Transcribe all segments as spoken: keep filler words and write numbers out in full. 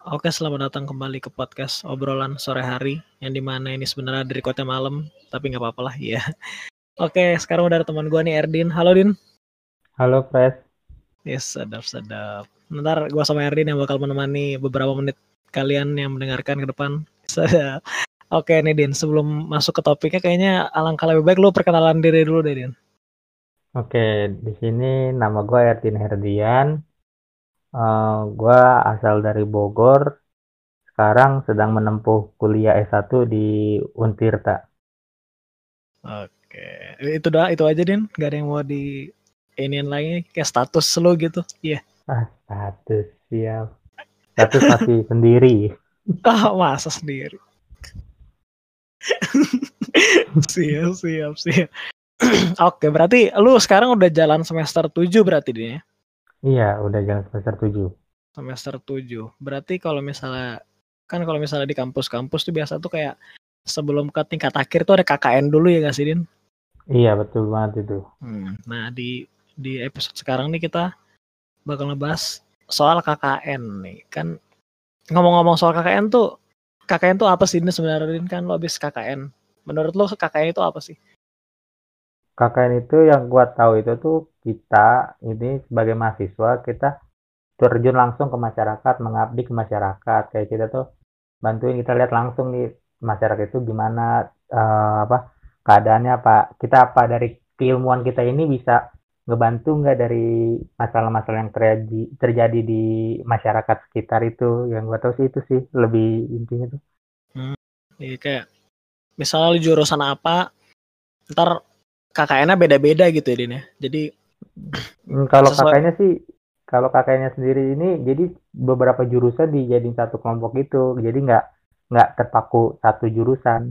Oke, selamat datang kembali ke podcast obrolan sore hari, yang dimana ini sebenarnya dari kota malam, tapi nggak apa-apa lah ya. Oke, sekarang udah ada teman gue nih, Erdin. Halo, Din. Halo, Pres. Yes, sedap-sedap. Ntar gue sama Erdin yang bakal menemani beberapa menit kalian yang mendengarkan ke depan. Sedap. Oke nih, Din. Sebelum masuk ke topiknya, kayaknya alangkah lebih baik lu perkenalan diri dulu deh, Din. Oke, di sini nama gue Ertin Herdian. Eh, gue asal dari Bogor. Sekarang sedang menempuh kuliah S satu di Untirta. Oke, itu dah, itu aja, Din. Gak ada yang mau di iniin lagi, kayak status lu gitu. Iya. Ah, status siap. Status masih sendiri. Ah, masa sendiri. Siap, siap, siap. Oke, berarti lu sekarang udah jalan semester tujuh berarti dia ya? Iya, udah jalan semester tujuh. Semester tujuh. Berarti kalau misalnya, kan kalau misalnya di kampus-kampus tuh biasa tuh kayak sebelum ke tingkat akhir tuh ada K K N dulu ya gak sih, Din? Iya, betul banget itu. Hmm. Nah, di di episode sekarang nih kita bakal ngebahas soal K K N nih. Kan ngomong-ngomong soal K K N tuh, K K N tuh apa sih ini sebenarnya, Din? Kan lo habis K K N. Menurut lo K K N itu apa sih? K K N itu yang gue tahu itu tuh kita ini sebagai mahasiswa kita terjun langsung ke masyarakat, mengabdi ke masyarakat. Kayak kita tuh bantuin, kita lihat langsung nih masyarakat itu gimana, eh, apa keadaannya, apa kita apa dari keilmuan kita ini bisa ngebantu nggak dari masalah-masalah yang terjadi terjadi di masyarakat sekitar itu. Yang gue tahu sih itu sih lebih intinya tuh. Hmm. Iya, kayak misalnya lu jurusan apa, ntar K K N-nya beda-beda gitu ya, Din ya. Jadi Hmm, kalau sesuai. kakaknya sih, kalau kakaknya sendiri ini jadi beberapa jurusan dijadiin satu kelompok gitu, jadi nggak nggak terpaku satu jurusan.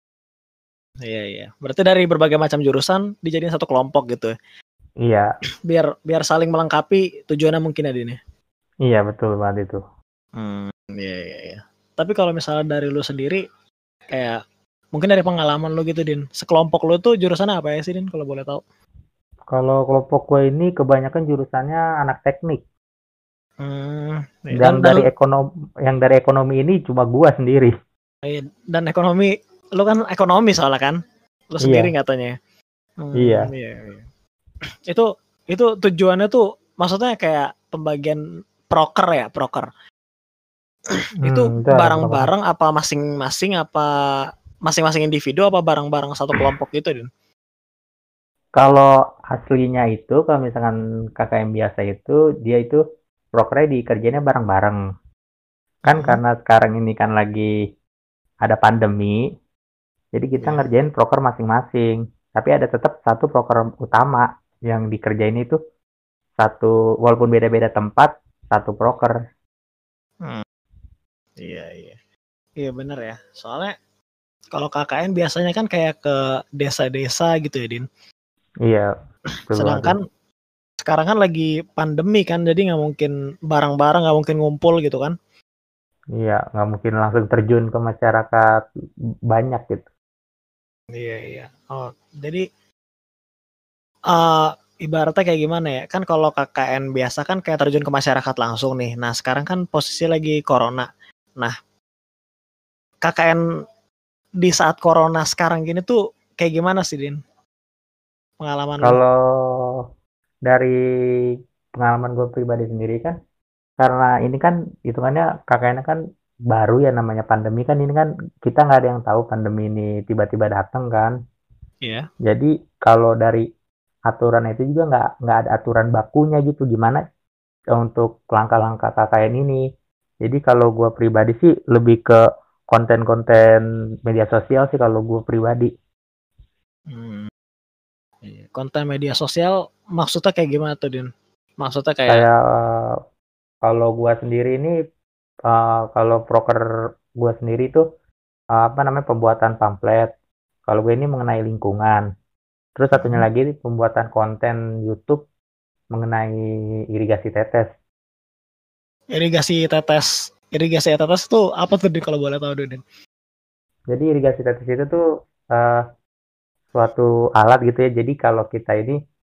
Iya, iya. Berarti dari berbagai macam jurusan dijadiin satu kelompok gitu ya. Iya, Biar biar saling melengkapi tujuannya mungkin ya, Din ya. iya betul banget itu. Hmm, iya, iya, iya. Tapi kalau misalnya dari lu sendiri, kayak mungkin dari pengalaman lu gitu, Din. Sekelompok lu tuh jurusan apa ya sih, Din, kalau boleh tahu? Kalau kelompok gue ini kebanyakan jurusannya anak teknik. Hmm, iya. Yang dan dari dan ekonomi, yang dari ekonomi ini cuma gua sendiri. iya, dan ekonomi, lu kan ekonomi soalnya kan, lu sendiri Iya, katanya. Hmm, iya. iya, iya. Itu itu tujuannya tuh maksudnya kayak pembagian proker ya, proker. Itu Hmm, itu ada program. bareng-bareng apa masing-masing, apa masing-masing individu, apa bareng-bareng satu kelompok gitu, Din? Kalau aslinya itu, kalau misalkan K K M biasa itu, dia itu prokernya dikerjainnya bareng-bareng. Kan Mhm. karena sekarang ini kan lagi ada pandemi, jadi kita Ya. ngerjain proker masing-masing. Tapi ada tetap satu proker utama yang dikerjain itu satu, walaupun beda-beda tempat, satu proker. Hmm. Iya, iya. Iya bener ya. Soalnya kalau K K N biasanya kan kayak ke desa-desa gitu ya, Din. Iya, betul banget itu. Sedangkan sekarang kan lagi pandemi kan, jadi nggak mungkin bareng-bareng, nggak mungkin ngumpul gitu kan. Iya, nggak mungkin langsung terjun ke masyarakat banyak gitu. Iya, iya. Oh, jadi uh, ibaratnya kayak gimana ya? Kan kalau K K N biasa kan kayak terjun ke masyarakat langsung nih. Nah, sekarang kan posisi lagi corona. Nah, K K N di saat corona sekarang gini tuh kayak gimana sih, Din? Pengalaman lu? Kalau dari pengalaman gue pribadi sendiri kan, karena ini kan hitungannya K K N kan baru ya, namanya pandemi kan, ini kan kita nggak ada yang tahu pandemi ini tiba-tiba datang kan. Iya. Jadi kalau dari aturan itu juga nggak nggak ada aturan bakunya gitu gimana untuk langkah-langkah K K N ini. Jadi kalau gue pribadi sih lebih ke konten-konten media sosial sih kalau gue pribadi. Hmm, iya. Konten media sosial maksudnya kayak gimana tuh, Din? Maksudnya kayak Kayak eh, kalau gue sendiri ini, eh, kalau proker gue sendiri tuh, eh, apa namanya, pembuatan pamflet. Kalau gue ini mengenai lingkungan. Terus satunya hmm, lagi pembuatan konten YouTube mengenai irigasi tetes. irigasi tetes. Irigasi tetes tuh apa tuh, Din, kalau boleh tahu, Din? Jadi irigasi tetes itu tuh eh, suatu alat gitu ya. Jadi kalau kita ini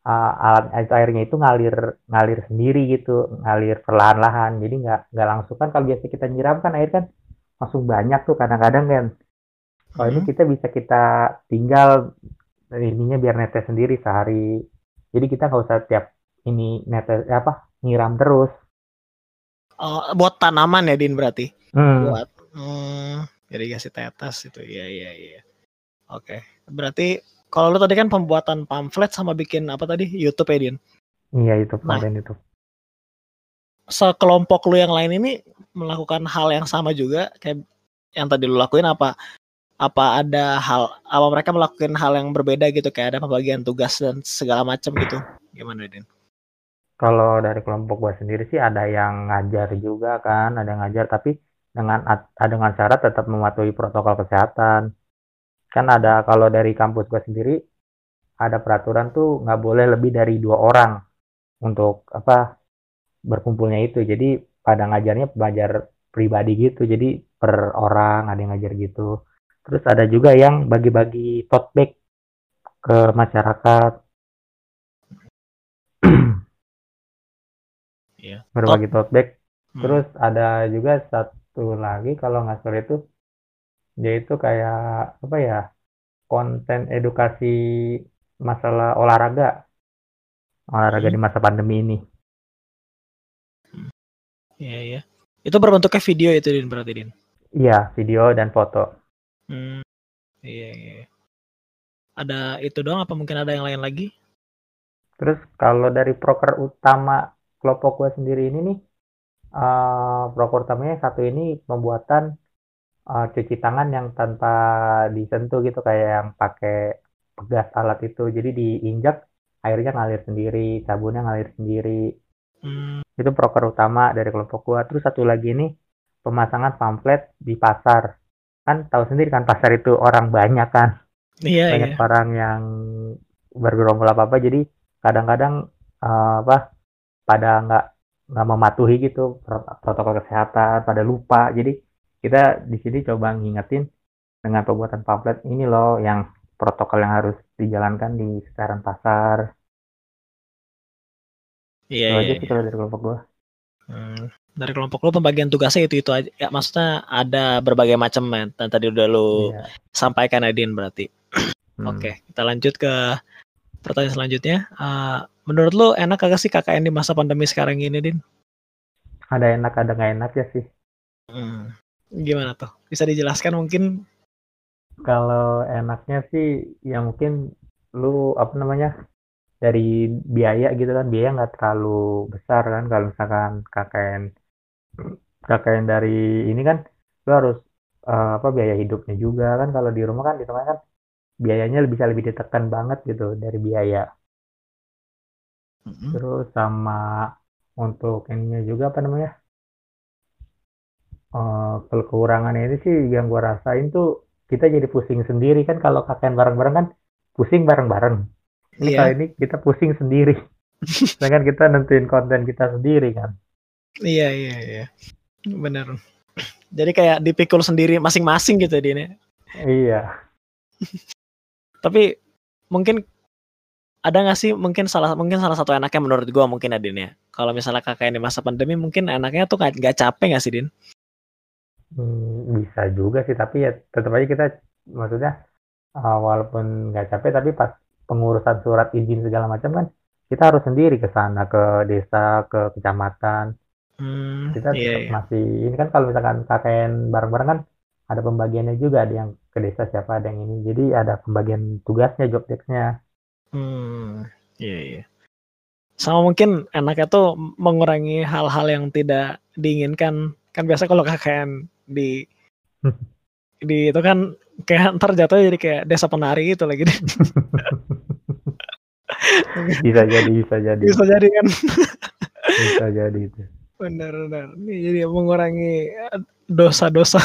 uh, alat itu airnya itu ngalir ngalir sendiri gitu, ngalir perlahan-lahan. Jadi nggak nggak langsung kan kalau biasa kita nyiram kan air kan langsung banyak tuh kadang-kadang kan. Kalau ini Hmm. kita bisa kita tinggal ininya biar netes sendiri sehari. Jadi kita nggak usah tiap ini netes apa nyiram terus. Oh, buat tanaman ya Din berarti. Hmm. Buat hmm, irigasi tetes itu. Iya iya iya. Oke. Berarti kalau lu tadi kan pembuatan pamflet sama bikin apa tadi? YouTube ya Din. Iya itu Nah, konten itu. sekelompok lu yang lain ini melakukan hal yang sama juga kayak yang tadi lu lakuin apa? Apa ada hal apa mereka melakukan hal yang berbeda gitu kayak ada pembagian tugas dan segala macam gitu? Gimana Din? Kalau dari kelompok gue sendiri sih ada yang ngajar juga kan, ada yang ngajar tapi dengan ad- dengan cara tetap mematuhi protokol kesehatan. Kan ada kalau dari kampus gue sendiri ada peraturan tuh nggak boleh lebih dari dua orang untuk apa berkumpulnya itu. Jadi pada ngajarnya belajar pribadi gitu. Jadi per orang ada yang ngajar gitu. Terus ada juga yang bagi-bagi tote bag ke masyarakat. Iya. Berbagi tote bag. Hmm. Terus ada juga satu lagi kalau nggak salah itu dia itu kayak apa ya konten edukasi masalah olahraga olahraga Hmm. di masa pandemi ini. Iya iya. Itu berbentuknya video itu Din berarti Din. Iya, video dan foto. Hmm. Iya iya. Ada itu doang apa mungkin ada yang lain lagi? Terus kalau dari proker utama kelompok gue sendiri ini nih, uh, proker utamanya satu ini pembuatan uh, cuci tangan yang tanpa disentuh gitu kayak yang pakai pegas alat itu. Jadi diinjak airnya ngalir sendiri, sabunnya ngalir sendiri. Hmm. Itu proker utama dari kelompok gue. Terus satu lagi ini pemasangan pamflet di pasar. Kan tahu sendiri kan pasar itu orang banyak kan. Iya Banyak iya. orang yang bergerombol apa-apa jadi kadang-kadang uh, apa pada nggak nggak mematuhi gitu protokol kesehatan, pada lupa. Jadi kita di sini coba ngingetin dengan pembuatan pamflet ini loh yang protokol yang harus dijalankan di sekitaran pasar. Iya Itu iya. aja sih iya. kalau dari kelompok gua. Hmm. Dari kelompok lu pembagian tugasnya itu itu aja. Ya, maksudnya ada berbagai macam men. Dan tadi udah lu Iya. sampaikan Adin berarti. Hmm. Oke, kita lanjut ke pertanyaan selanjutnya. Uh, menurut lu enak kagak sih K K N di masa pandemi sekarang ini, Din? Ada enak ada nggak enak ya sih. Hmm. Gimana tuh? Bisa dijelaskan mungkin? Kalau enaknya sih ya mungkin lu apa namanya dari biaya gitu kan biaya nggak terlalu besar kan kalau misalkan K K N K K N dari ini kan lu harus uh, apa biaya hidupnya juga kan kalau di rumah kan di rumah kan biayanya bisa lebih ditekan banget gitu dari biaya. Mm-hmm. Terus sama untuk ininya juga apa namanya uh, kekurangannya ini sih yang gua rasain tuh kita jadi pusing sendiri kan kalau K K N bareng-bareng kan pusing bareng-bareng. Ini Iya. kali ini kita pusing sendiri. Sedangkan kita nentuin konten kita sendiri kan. Iya iya iya. Bener. Jadi kayak dipikul sendiri masing-masing gitu Din. Iya. Tapi mungkin ada nggak sih mungkin salah mungkin salah satu enaknya menurut gua mungkin Adin ya. Kalau misalnya K K N di masa pandemi mungkin enaknya tuh nggak capek nggak sih Din? Hmm, bisa juga sih tapi ya tetap aja kita maksudnya uh, walaupun nggak capek tapi pas pengurusan surat izin segala macam kan kita harus sendiri ke sana ke desa ke kecamatan Hmm, kita iya, tetap iya. masih ini kan kalau misalkan K K N bareng-bareng kan ada pembagiannya juga ada yang ke desa siapa ada yang ini jadi ada pembagian tugasnya job desk-nya. Hmm, iya iya. Sama mungkin enaknya tuh mengurangi hal-hal yang tidak diinginkan. Kan biasa kalau K K N di di itu kan kayak ntar jatuhnya jadi kayak desa penari gitu lagi. bisa jadi bisa jadi Bisa jadi kan. bisa jadi itu Benar-benar. Ini jadi mengurangi dosa-dosa.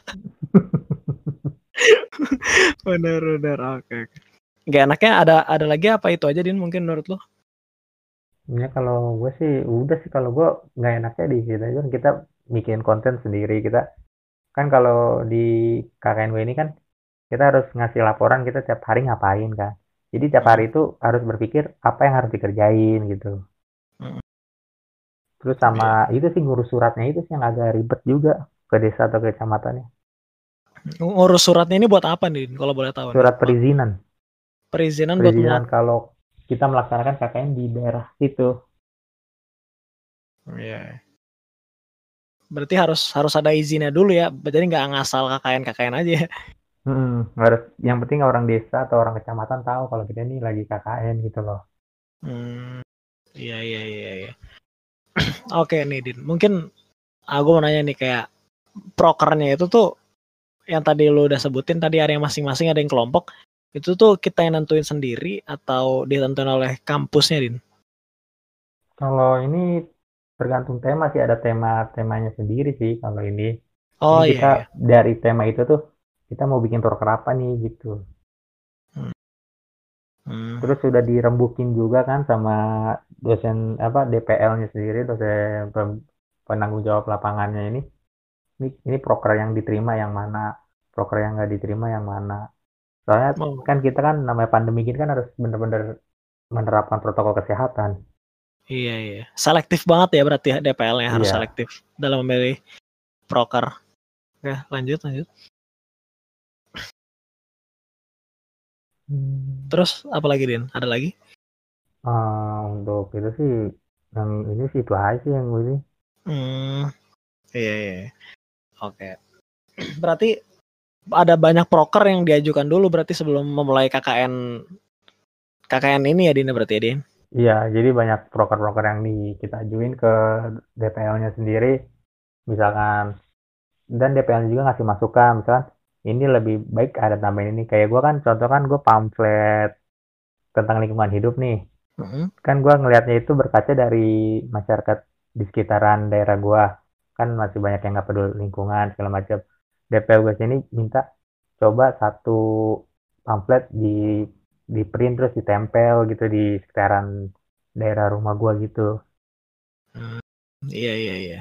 Benar-benar. Oke. Gak enaknya ada ada lagi apa itu aja Din mungkin menurut lo? ya kalau gue sih udah sih kalau gue nggak enaknya di kita kan kita bikin konten sendiri kita kan kalau di K K N gue ini kan kita harus ngasih laporan kita tiap hari ngapain kan Jadi tiap Hmm. hari itu harus berpikir apa yang harus dikerjain gitu. Hmm. Terus Iya. sama itu sih ngurus suratnya itu sih yang agak ribet juga ke desa atau ke kecamatannya. Ngurus suratnya ini buat apa nih, kalau boleh tahu nih, Surat Pak? perizinan. Perizinan buat Perizinan melak. kalau kita melaksanakan K K N di daerah itu. Iya. Berarti harus harus ada izinnya dulu ya. Jadi nggak ngasal K K N K K N aja. Hmm, harus yang penting orang desa atau orang kecamatan tahu kalau kita ini lagi K K N gitu loh. Hmm. Iya iya iya iya. Oke nih Din, mungkin aku mau nanya nih, kayak prokernya itu tuh yang tadi lu udah sebutin tadi, ada yang masing-masing, ada yang kelompok. Itu tuh kita yang nentuin sendiri atau ditentuin oleh kampusnya, Din? Kalau ini tergantung tema sih, ada tema-temanya sendiri sih kalau ini. Ini Oh iya kita iya. dari tema itu tuh kita mau bikin proker apa nih gitu. Hmm. Hmm. Terus sudah dirembukin juga kan sama dosen apa D P L-nya sendiri, dosen pem- penanggung jawab lapangannya ini. Ini, ini proker yang diterima yang mana, proker yang nggak diterima yang mana. Soalnya Oh kan kita kan namanya pandemi gini kan harus bener-bener menerapkan protokol kesehatan. iya iya. Selektif banget ya berarti D P L-nya harus Iya. selektif dalam memilih proker. Oke, lanjut lanjut. Hmm. Terus apa lagi, Din? Ada lagi? Ah, untuk itu sih yang ini sih itu aja sih yang ini. Hmm. Iya iya. Iya. Oke. Berarti ada banyak proker yang diajukan dulu berarti sebelum memulai K K N K K N ini ya, Din, berarti ya, Din? Iya, jadi banyak proker-proker yang di, kita ajuin ke D P L-nya sendiri, misalkan, dan D P L juga ngasih masukan, misalkan ini lebih baik ada tambahin ini. Kayak gue kan, contoh kan gue pamflet tentang lingkungan hidup nih. Mm-hmm. Kan gue ngelihatnya itu berkaca dari masyarakat di sekitaran daerah gue. Kan masih banyak yang nggak peduli lingkungan, segala macam. D P L gue sini minta coba satu pamflet di di print terus ditempel gitu di sekitaran daerah rumah gua gitu. Hmm. Iya iya iya.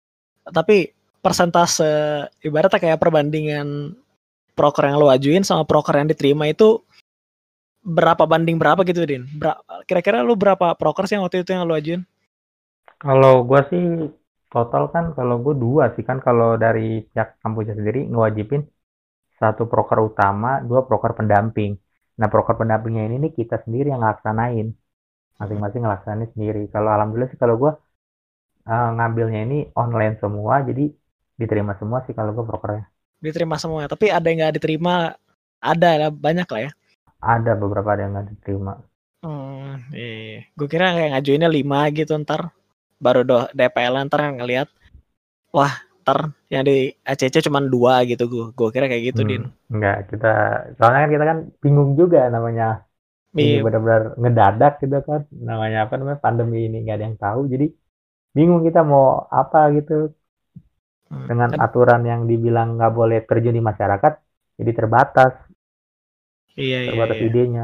Tapi persentase, ibaratnya kayak perbandingan proker yang lo ajuin sama proker yang diterima itu berapa banding berapa gitu, Din? Ber- kira-kira lu berapa proker sih yang waktu itu yang lo ajuin? Kalau gua sih total kan kalau gua dua sih kan, kalau dari pihak kampusnya sendiri ngewajibin satu proker utama, dua proker pendamping. Nah, proker pendampingnya ini nih kita sendiri yang ngelaksanain, masing-masing ngelaksanain sendiri. Kalau alhamdulillah sih kalau gua eh, ngambilnya ini online semua, jadi diterima semua sih kalau gua prokernya. Diterima semua, tapi ada yang nggak diterima, ada lah, banyak lah ya. Ada beberapa ada yang nggak diterima. Hmm, iya. Gue kira kayak ngajuinnya lima gitu, ntar baru do D P L ntar ngelihat, wah ntar yang di A C C cuma dua gitu. Gue gue kira kayak gitu, Hmm, Din. enggak, kita soalnya kan kita kan bingung juga namanya ini Iya. benar-benar ngedadak gitu kan, namanya apa namanya pandemi ini nggak ada yang tahu, jadi bingung kita mau apa gitu Hmm. dengan Kan- aturan yang dibilang nggak boleh terjun di masyarakat, jadi terbatas Iya iya terbatas iya. idenya.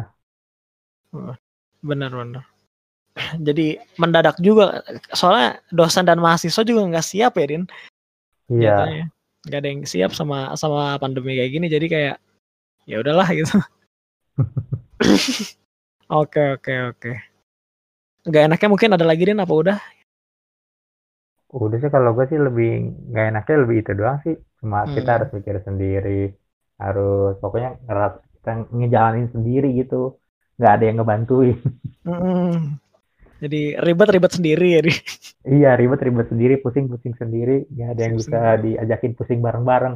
Benar-benar. Jadi mendadak juga, soalnya dosen dan mahasiswa juga nggak siap ya, Din, Iya. jatuhnya. Nggak ada yang siap sama sama pandemi kayak gini, jadi kayak ya udahlah gitu. Oke oke oke. Nggak enaknya mungkin ada lagi, Din, apa udah? Udah sih kalau gue sih lebih nggak enaknya lebih itu doang sih, cuma kita Hmm. harus mikir sendiri, harus pokoknya ngeras kita ngejalanin sendiri gitu, nggak ada yang ngebantuin. Hmm. Jadi ribet-ribet sendiri ya, Din. Iya, ribet-ribet sendiri, pusing-pusing sendiri, nggak ada yang Pusing bisa sendiri. diajakin pusing bareng-bareng.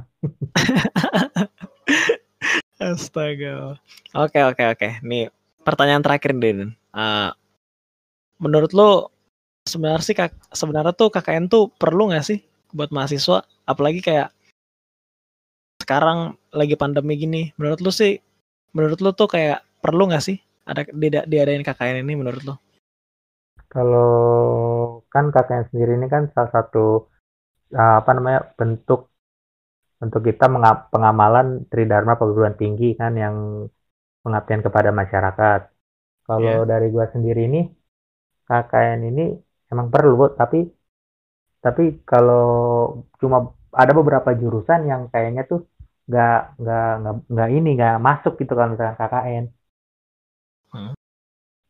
Astaga. Oke oke oke. Nih pertanyaan terakhir, Din. Uh, menurut lo sebenarnya sih kak, sebenarnya tuh K K N tuh perlu nggak sih buat mahasiswa? Apalagi kayak sekarang lagi pandemi gini. Menurut lu sih, menurut lu tuh kayak perlu nggak sih ada di, diadain K K N ini menurut lu? Kalau kan K K N sendiri ini kan salah satu uh, apa namanya bentuk untuk kita menga- pengamalan Tridharma perguruan tinggi kan yang pengabdian kepada masyarakat. Kalau Ya. dari gua sendiri ini K K N ini emang perlu, tapi tapi kalau cuma ada beberapa jurusan yang kayaknya tuh nggak nggak nggak nggak ini nggak masuk gitu kalau misalkan K K N.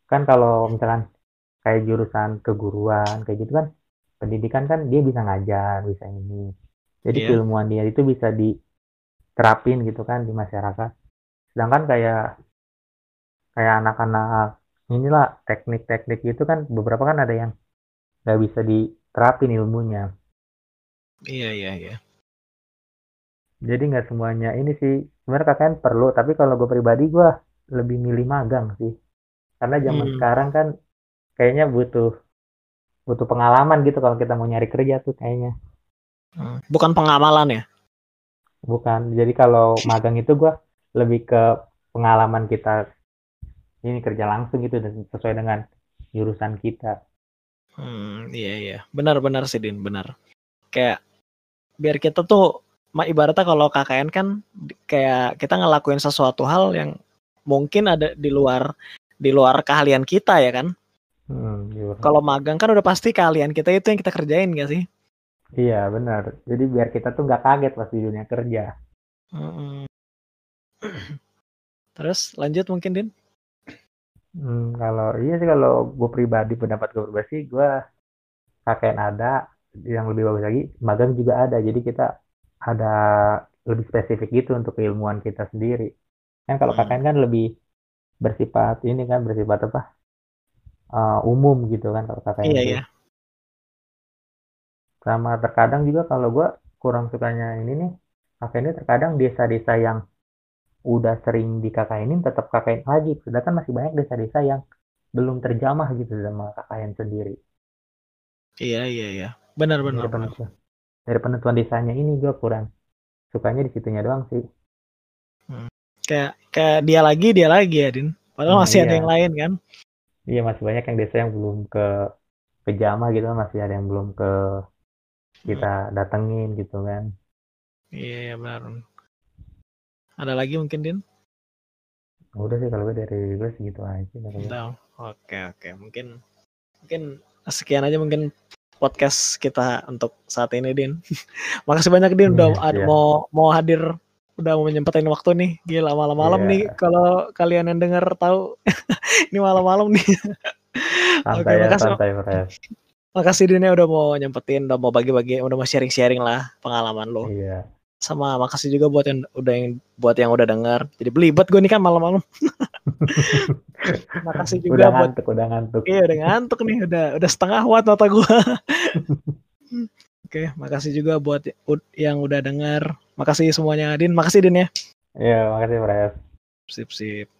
kan kalau misalkan kayak jurusan keguruan kayak gitu kan pendidikan kan dia bisa ngajar bisa ini jadi Iya. keilmuan dia itu bisa diterapin gitu kan di masyarakat sedangkan kayak kayak anak-anak inilah teknik-teknik itu kan beberapa kan ada yang nggak bisa diterapin ilmunya Iya, iya, iya. jadi nggak semuanya ini sih sebenarnya K K N perlu tapi kalau gue pribadi gue lebih milih magang sih karena zaman Hmm. sekarang kan kayaknya butuh butuh pengalaman gitu kalau kita mau nyari kerja tuh kayaknya Hmm. Bukan pengamalan ya? bukan jadi kalau magang itu gue lebih ke pengalaman kita ini kerja langsung gitu dan sesuai dengan jurusan kita Hmm, iya, iya. Benar-benar sih, Din, benar. Kayak biar kita tuh ma- ibaratnya kalau K K N kan di- kayak kita ngelakuin sesuatu hal yang mungkin ada di luar di luar keahlian kita ya kan. hmm, jurusan. Kalau magang kan udah pasti keahlian kita itu yang kita kerjain gak sih? Iya benar jadi biar kita tuh nggak kaget pas di dunia kerja Mm-mm. Terus lanjut mungkin, Din. hmm, kalau iya sih kalau gue pribadi pendapat gue pribadi sih gue K K N ada yang lebih bagus lagi magang juga ada jadi kita ada lebih spesifik gitu untuk keilmuan kita sendiri kan kalau Hmm. K K N kan lebih bersifat ini kan bersifat apa uh, umum gitu kan kalau K K N Iya, tuh iya. sama terkadang juga kalau gue kurang sukanya ini nih K K N ini terkadang desa-desa yang udah sering di K K N-in tetap K K N lagi sedangkan masih banyak desa-desa yang belum terjamah gitu sama K K N sendiri Iya, iya, iya. Benar, benar, dari benar. penentuan dari penentuan desanya ini gue kurang sukanya di situnya doang sih Hmm. Kayak kayak dia lagi, dia lagi ya, Din. Padahal nah masih ada iya yang lain kan. iya masih banyak yang desa yang belum ke kejamah gitu masih ada yang belum ke Hmm. kita datengin gitu kan Iya, iya, benar. Ada lagi mungkin, Din? udah sih kalau gue dari gue segitu aja dari gue. Udah. Oke, oke. Mungkin mungkin sekian aja mungkin podcast kita untuk saat ini, Din. Makasih banyak, Din, Iya udah ad- iya mau mau hadir, udah mau nyempetin waktu nih. Gila, malam-malam nih. iya Kalau kalian yang denger tahu, ini malam-malam nih. Oke, santai ya makasih. santai Pres Makasih, Din, ya udah mau nyempetin, udah mau bagi-bagi, udah mau sharing-sharing lah pengalaman lo. iya Sama makasih juga buat yang udah yang buat yang udah denger. Jadi belibet gue nih kan malam-malam. Makasih juga udah buat ngantuk udah ngantuk iya udah ngantuk nih, udah udah setengah watt mata gue. Oke, makasih juga buat yang udah denger. Makasih semuanya, Din. Makasih, Din, ya. iya makasih Pres Sip, sip.